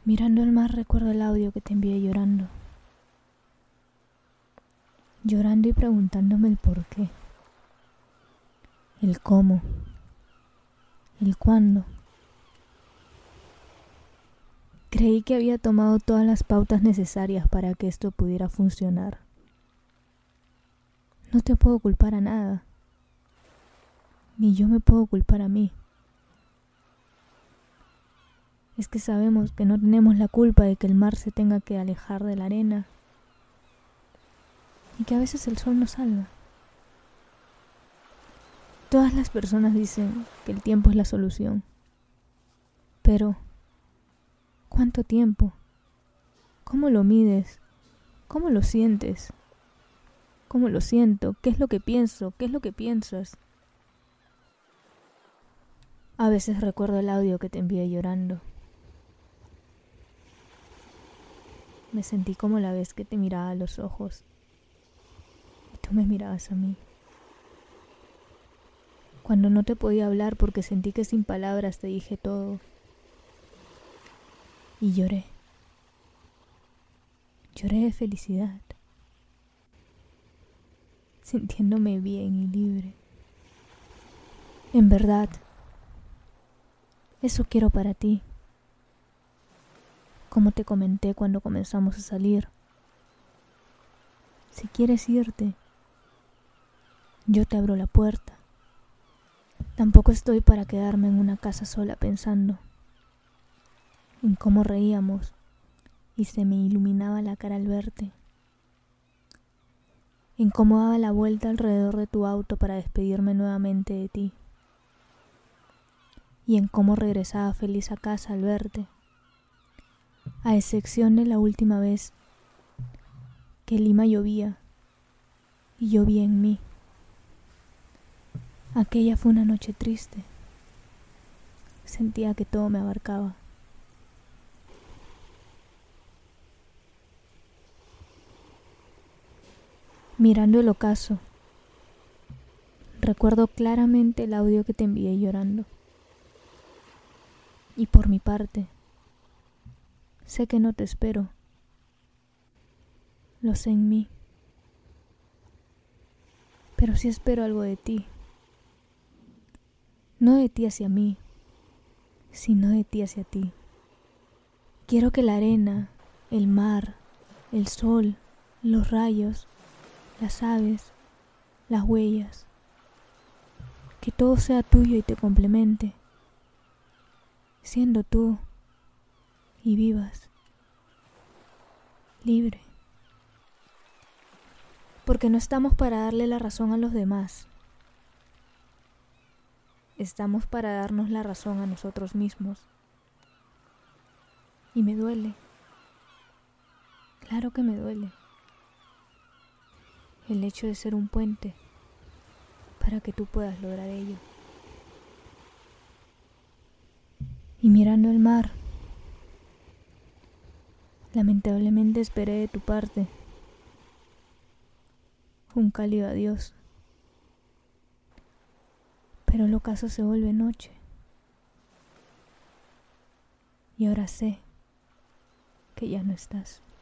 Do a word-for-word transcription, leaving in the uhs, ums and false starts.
Mirando el mar recuerdo el audio que te envié llorando. Llorando y preguntándome el por qué. El cómo. El cuándo. Creí que había tomado todas las pautas necesarias para que esto pudiera funcionar. No te puedo culpar a nada. Ni yo me puedo culpar a mí. Es que sabemos que no tenemos la culpa de que el mar se tenga que alejar de la arena y que a veces el sol no salga. Todas las personas dicen que el tiempo es la solución. Pero, ¿cuánto tiempo? ¿Cómo lo mides? ¿Cómo lo sientes? ¿Cómo lo siento? ¿Qué es lo que pienso? ¿Qué es lo que piensas? A veces recuerdo el audio que te envié llorando. Me sentí como la vez que te miraba a los ojos y tú me mirabas a mí. Cuando no te podía hablar porque sentí que sin palabras te dije todo. Y lloré. Lloré de felicidad. Sintiéndome bien y libre. En verdad, eso quiero para ti. Como te comenté cuando comenzamos a salir. Si quieres irte, yo te abro la puerta. Tampoco estoy para quedarme en una casa sola pensando en cómo reíamos y se me iluminaba la cara al verte, en cómo daba la vuelta alrededor de tu auto para despedirme nuevamente de ti, y en cómo regresaba feliz a casa al verte, a excepción de la última vez que Lima llovía y llovía en mí. Aquella fue una noche triste. Sentía que todo me abarcaba. Mirando el ocaso, recuerdo claramente el audio que te envié llorando. Y por mi parte, sé que no te espero. Lo sé en mí. Pero sí espero algo de ti. No de ti hacia mí, sino de ti hacia ti. Quiero que la arena, el mar, el sol, los rayos, las aves, las huellas, que todo sea tuyo y te complemente, siendo tú y vivas, libre. Porque no estamos para darle la razón a los demás. Estamos para darnos la razón a nosotros mismos. Y me duele. Claro que me duele. El hecho de ser un puente para que tú puedas lograr ello. Y mirando el mar, lamentablemente esperé de tu parte un cálido adiós. Pero el ocaso se vuelve noche. Y ahora sé que ya no estás.